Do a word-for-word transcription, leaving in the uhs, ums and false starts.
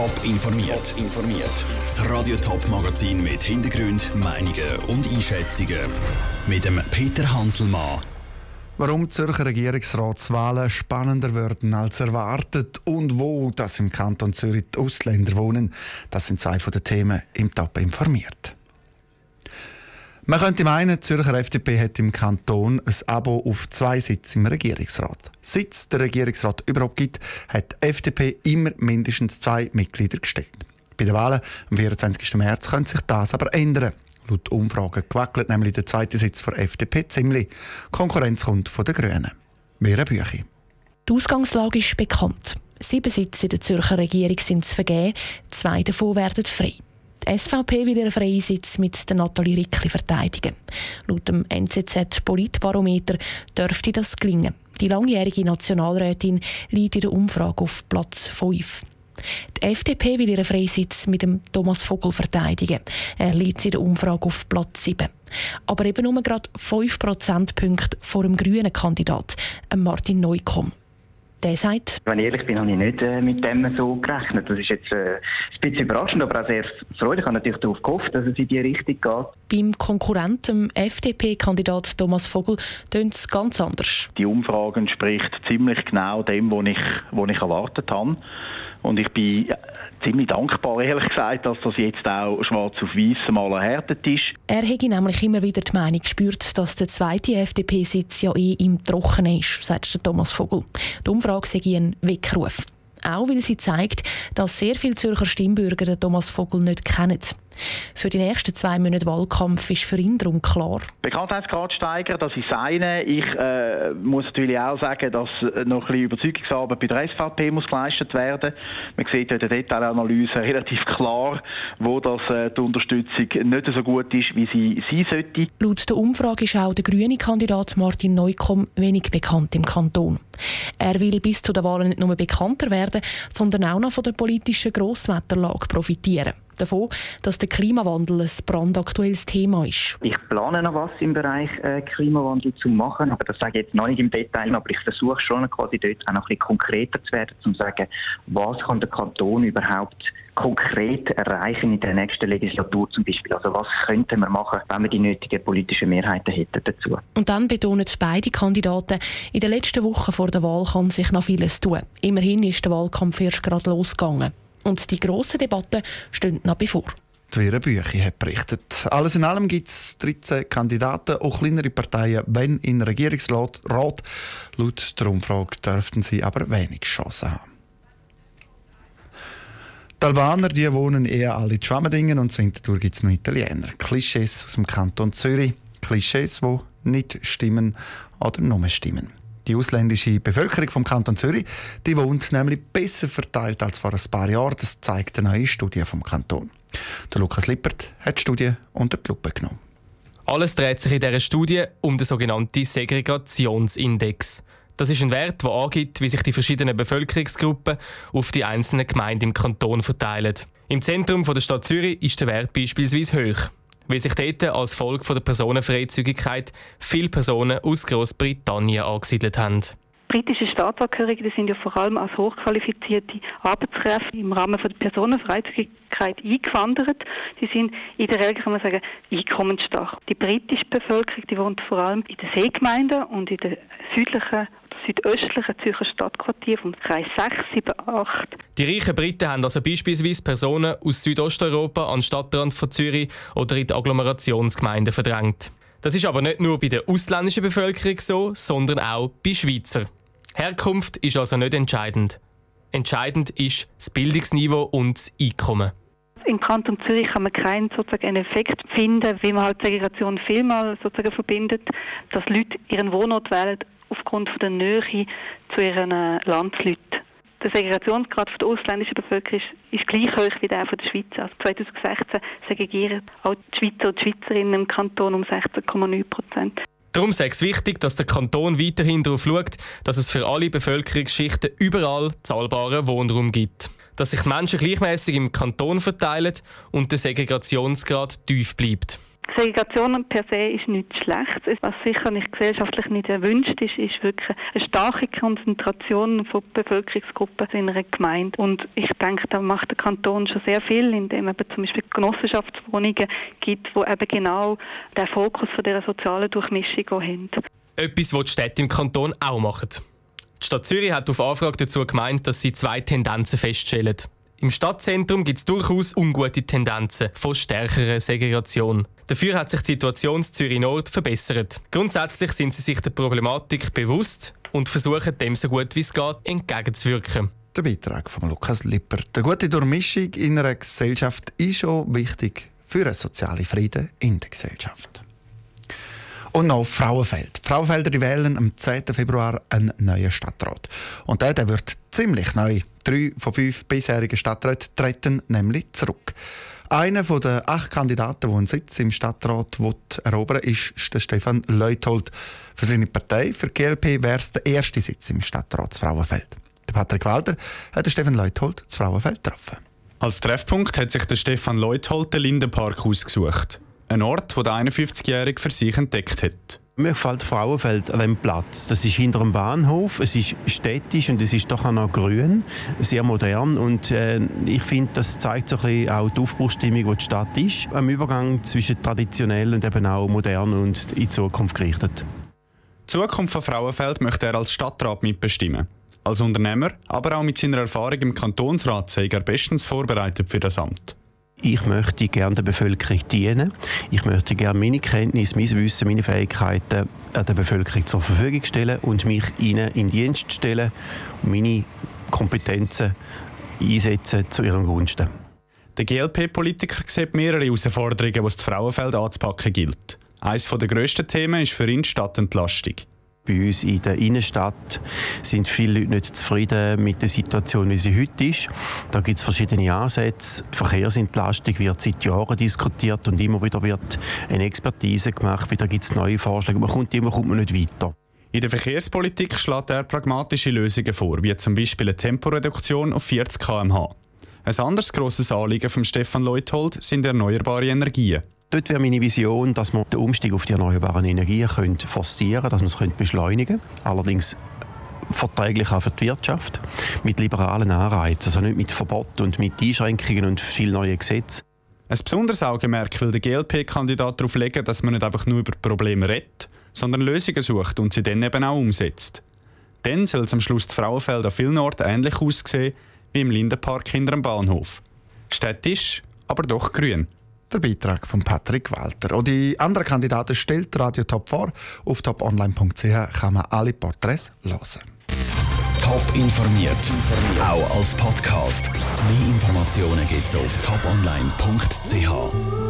Top informiert. informiert. Das Radio Top Magazin mit Hintergrund, Meinungen und Einschätzungen mit dem Peter Hanselmann. Warum die Zürcher Regierungsratswahlen spannender werden als erwartet und wo das im Kanton Zürich die Ausländer wohnen, das sind zwei von den Themen im Top informiert. Man könnte meinen, die Zürcher F D P hat im Kanton ein Abo auf zwei Sitze im Regierungsrat. Seit der Regierungsrat überhaupt gibt, hat die F D P immer mindestens zwei Mitglieder gestellt. Bei den Wahlen am vierundzwanzigsten März könnte sich das aber ändern. Laut Umfragen gewackelt nämlich der zweite Sitz der F D P ziemlich. Konkurrenz kommt von den Grünen. Vera Büchi. Die Ausgangslage ist bekannt. Sieben Sitze in der Zürcher Regierung sind zu vergeben, zwei davon werden frei. Die S V P will ihren freien Sitz mit der Nathalie Rickli verteidigen. Laut dem N Z Z-Politbarometer dürfte das gelingen. Die langjährige Nationalrätin liegt in der Umfrage auf Platz fünf. Die F D P will ihren freien Sitz mit dem Thomas Vogel verteidigen. Er liegt in der Umfrage auf Platz sieben. Aber eben nur gerade fünf Prozentpunkte vor dem grünen Kandidat, Martin Neukomm. Der sagt: Wenn ich ehrlich bin, habe ich nicht äh, mit dem so gerechnet. Das ist jetzt äh, ein bisschen überraschend, aber auch sehr freudig. Ich habe natürlich darauf gehofft, dass es in diese Richtung geht. Beim Konkurrenten, F D P-Kandidat Thomas Vogel, tönt es ganz anders. Die Umfrage entspricht ziemlich genau dem, was ich, was ich erwartet habe. Und ich bin ziemlich dankbar, ehrlich gesagt, dass das jetzt auch schwarz auf weiss mal erhärtet ist. Er hätte nämlich immer wieder die Meinung gespürt, dass der zweite F D P-Sitz ja eh im Trockenen ist, sagt der Thomas Vogel. Die Umfrage sei ein Weckruf. Auch weil sie zeigt, dass sehr viele Zürcher Stimmbürger den Thomas Vogel nicht kennen. Für die nächsten zwei Monate Wahlkampf ist für ihn darum klar. Bekanntheitsgrad steigern, das ist eine. Ich äh, muss natürlich auch sagen, dass noch ein bisschen Überzeugungsarbeit bei der S V P muss geleistet werden. Man sieht in der Detailanalyse relativ klar, wo das, äh, die Unterstützung nicht so gut ist, wie sie sein sollte. Laut der Umfrage ist auch der grüne Kandidat Martin Neukomm wenig bekannt im Kanton. Er will bis zu den Wahlen nicht nur bekannter werden, sondern auch noch von der politischen Grosswetterlage profitieren. Davon, dass der Klimawandel ein brandaktuelles Thema ist. Ich plane noch was im Bereich äh, Klimawandel zu machen, aber das sage ich jetzt noch nicht im Detail, aber ich versuche schon quasi dort auch noch ein bisschen konkreter zu werden, um zu sagen, was kann der Kanton überhaupt konkret erreichen in der nächsten Legislatur zum Beispiel. Also was könnten wir machen, wenn wir die nötigen politischen Mehrheiten hätten dazu. Und dann betonen beide Kandidaten, in den letzten Wochen vor der Wahl kann sich noch vieles tun. Immerhin ist der Wahlkampf erst gerade losgegangen. Und die grossen Debatten stehen noch bevor. Die Vera Büchi hat berichtet. Alles in allem gibt es dreizehn Kandidaten, auch kleinere Parteien, wenn in den Regierungsrat. Laut der Umfrage dürften sie aber wenig Chancen haben. Die Albaner die wohnen eher alle in Schwammendingen und in Winterthur gibt es noch Italiener. Klischees aus dem Kanton Zürich. Klischees, die nicht stimmen oder nur stimmen. Die ausländische Bevölkerung vom Kanton Zürich die wohnt nämlich besser verteilt als vor ein paar Jahren. Das zeigt eine neue Studie vom Kanton. Der Lukas Lippert hat die Studie unter die Lupe genommen. Alles dreht sich in dieser Studie um den sogenannten Segregationsindex. Das ist ein Wert, der angibt, wie sich die verschiedenen Bevölkerungsgruppen auf die einzelnen Gemeinden im Kanton verteilen. Im Zentrum der Stadt Zürich ist der Wert beispielsweise hoch, weil sich dort als Folge der Personenfreizügigkeit viele Personen aus Grossbritannien angesiedelt haben. Britische Staatsangehörige sind ja vor allem als hochqualifizierte Arbeitskräfte im Rahmen der Personenfreizügigkeit eingewandert. Sie sind in der Regel, kann man sagen, einkommensstark. Die britische Bevölkerung die wohnt vor allem in den Seegemeinden und in den südlichen südöstlichen Zürcher Stadtquartier vom Kreis sechs, sieben, acht. Die reichen Briten haben also beispielsweise Personen aus Südosteuropa an den Stadtrand von Zürich oder in die Agglomerationsgemeinden verdrängt. Das ist aber nicht nur bei der ausländischen Bevölkerung so, sondern auch bei Schweizer. Herkunft ist also nicht entscheidend. Entscheidend ist das Bildungsniveau und das Einkommen. Im Kanton Zürich kann man keinen sozusagen Effekt finden, wie man halt Segregation vielmal sozusagen verbindet, dass Leute ihren Wohnort wählen aufgrund von der Nähe zu ihren Landsleuten. Der Segregationsgrad der ausländischen Bevölkerung ist, ist gleich hoch wie der von der Schweiz. Also zwanzig sechzehn segregieren auch die Schweizer und die Schweizerinnen im Kanton um sechzehn Komma neun Prozent. Darum ist es wichtig, dass der Kanton weiterhin darauf schaut, dass es für alle Bevölkerungsschichten überall zahlbaren Wohnraum gibt. Dass sich die Menschen gleichmäßig im Kanton verteilen und der Segregationsgrad tief bleibt. Segregation per se ist nichts Schlechtes. Was sicher nicht gesellschaftlich nicht erwünscht ist, ist wirklich eine starke Konzentration von Bevölkerungsgruppen in einer Gemeinde. Und ich denke, da macht der Kanton schon sehr viel, indem es zum Beispiel Genossenschaftswohnungen gibt, wo eben genau den Fokus von dieser sozialen Durchmischung haben. Etwas, was die Städte im Kanton auch machen. Die Stadt Zürich hat auf Anfrage dazu gemeint, dass sie zwei Tendenzen feststellen. Im Stadtzentrum gibt es durchaus ungute Tendenzen von stärkerer Segregation. Dafür hat sich die Situation in Zürich Nord verbessert. Grundsätzlich sind sie sich der Problematik bewusst und versuchen dem so gut wie es geht entgegenzuwirken. Der Beitrag von Lukas Lipper. Die gute Durchmischung in einer Gesellschaft ist auch wichtig für einen sozialen Frieden in der Gesellschaft. Und noch Frauenfeld. Die Frauenfelder die wählen am zehnten Februar einen neuen Stadtrat. Und der, der wird ziemlich neu. Drei von fünf bisherigen Stadträten treten nämlich zurück. Einer von den acht Kandidaten, der einen Sitz im Stadtrat erobern will, ist der Stefan Leuthold. Für seine Partei, für die G L P, wäre es der erste Sitz im Stadtrat Frauenfeld. Der Patrick Walter hat den Stefan Leuthold zu Frauenfeld getroffen. Als Treffpunkt hat sich der Stefan Leuthold den Lindenpark ausgesucht. Ein Ort, den der einundfünfzigjährige für sich entdeckt hat. Mir gefällt Frauenfeld an diesem Platz. Das ist hinter dem Bahnhof, es ist städtisch und es ist doch auch noch grün, sehr modern. Und äh, ich finde, das zeigt so ein bisschen auch die Aufbruchsstimmung, die die Stadt ist. Am Übergang zwischen traditionell und eben auch modern und in die Zukunft gerichtet. Die Zukunft von Frauenfeld möchte er als Stadtrat mitbestimmen. Als Unternehmer, aber auch mit seiner Erfahrung im Kantonsrat sei er bestens vorbereitet für das Amt. Ich möchte gerne der Bevölkerung dienen. Ich möchte gerne meine Kenntnisse, mein Wissen, meine Fähigkeiten an der Bevölkerung zur Verfügung stellen und mich ihnen in Dienst stellen und meine Kompetenzen einsetzen zu ihren Gunsten. Der G L P-Politiker sieht mehrere Herausforderungen, die es das Frauenfeld anzupacken gilt. Eines der grössten Themen ist für ihn die Stadtentlastung. Bei uns in der Innenstadt sind viele Leute nicht zufrieden mit der Situation, wie sie heute ist. Da gibt es verschiedene Ansätze. Die Verkehrsentlastung wird seit Jahren diskutiert und immer wieder wird eine Expertise gemacht. Wieder gibt es neue Vorschläge. Man kommt immer kommt man nicht weiter. In der Verkehrspolitik schlägt er pragmatische Lösungen vor, wie zum Beispiel eine Temporeduktion auf vierzig Kilometer pro Stunde. Ein anderes grosses Anliegen von Stefan Leuthold sind erneuerbare Energien. Dort wäre meine Vision, dass wir den Umstieg auf die erneuerbaren Energien können forcieren können, dass wir es beschleunigen können. Allerdings verträglich auch für die Wirtschaft, mit liberalen Anreizen, also nicht mit Verbot und mit Einschränkungen und vielen neuen Gesetzen. Ein besonderes Augenmerk will der G L P-Kandidat darauf legen, dass man nicht einfach nur über Probleme redet, sondern Lösungen sucht und sie dann eben auch umsetzt. Dann soll es am Schluss die Frauenfeld an vielen Orten ähnlich aussehen wie im Lindenpark hinter dem Bahnhof. Städtisch, aber doch grün. Der Beitrag von Patrick Walter. Auch die anderen Kandidaten stellt Radio Top vor. Auf top online punkt c h kann man alle Porträts hören. Top informiert, auch als Podcast. Mehr Informationen gibt es auf top online punkt c h.